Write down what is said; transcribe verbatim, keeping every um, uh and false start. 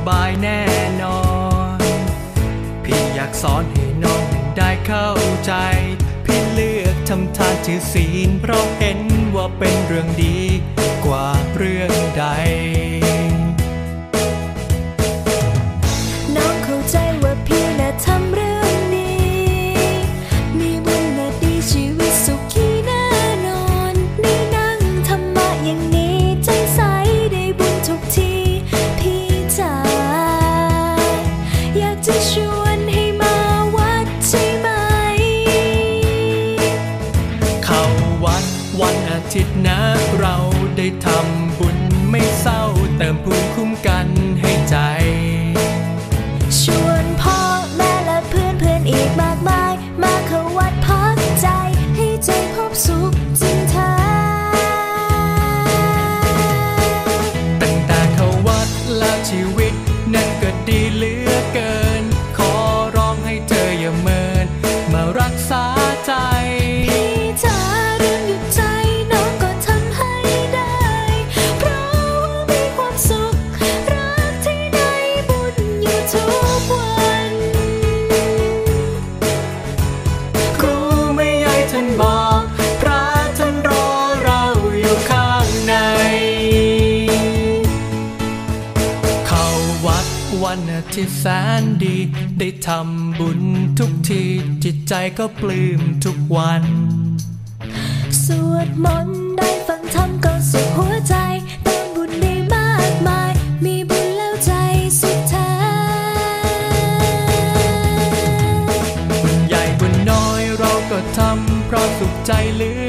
บายแน่นอนพี่อยากสอนให้น้องได้เข้าใจพี่เลือกทำทานถือศีลเพราะเห็นว่าเป็นเรื่องดีกว่าเรื่องใดน้องเข้าใจว่าพี่น่ะทำเรื่องนี้มีบุญน่ะดีชีวิตสุขีแน่นอนได้นั่งธรรมะอย่างนี้ใจใสได้บุญทุกทีพี่จ๋าอยากจะชวนให้มาวัดใช่ไหมเข้าวัดวันอาทิตย์นะเราได้ทำบุญไม่เศร้าเติมภูมิคุ้มกันให้ใจชวนพ่อแม่และเพื่อนเพื่อนอีกมากมายมาเข้าวัดพักใจให้ใจพบสุขจริงแท้ตั้งแต่เข้าวัดแล้วชีวิตนั้นก็ดีเหลือเกินขอร้องให้เธออย่าเมินมารักษาใจพี่จ๋าเรื่องหยุดใจน้องก็ทำให้ได้เพราะว่ามีความสุขรักที่ได้บุญอยู่ทุกวันครูไม่ใหญ่ท่านบอกพระท่านรอเราอยู่ข้างในเข้าวัดวันอาทิตย์แสนดีได้ทำบุญทุกทีจิตใจก็ปลื้มทุกวันสวดมนต์ได้ฟังธรรมก็สุขหัวใจเติมบุญได้มากมายมีบุญแล้วใจสุขแท้บุญใหญ่บุญน้อยเราก็ทำเพราะสุขใจเหลือ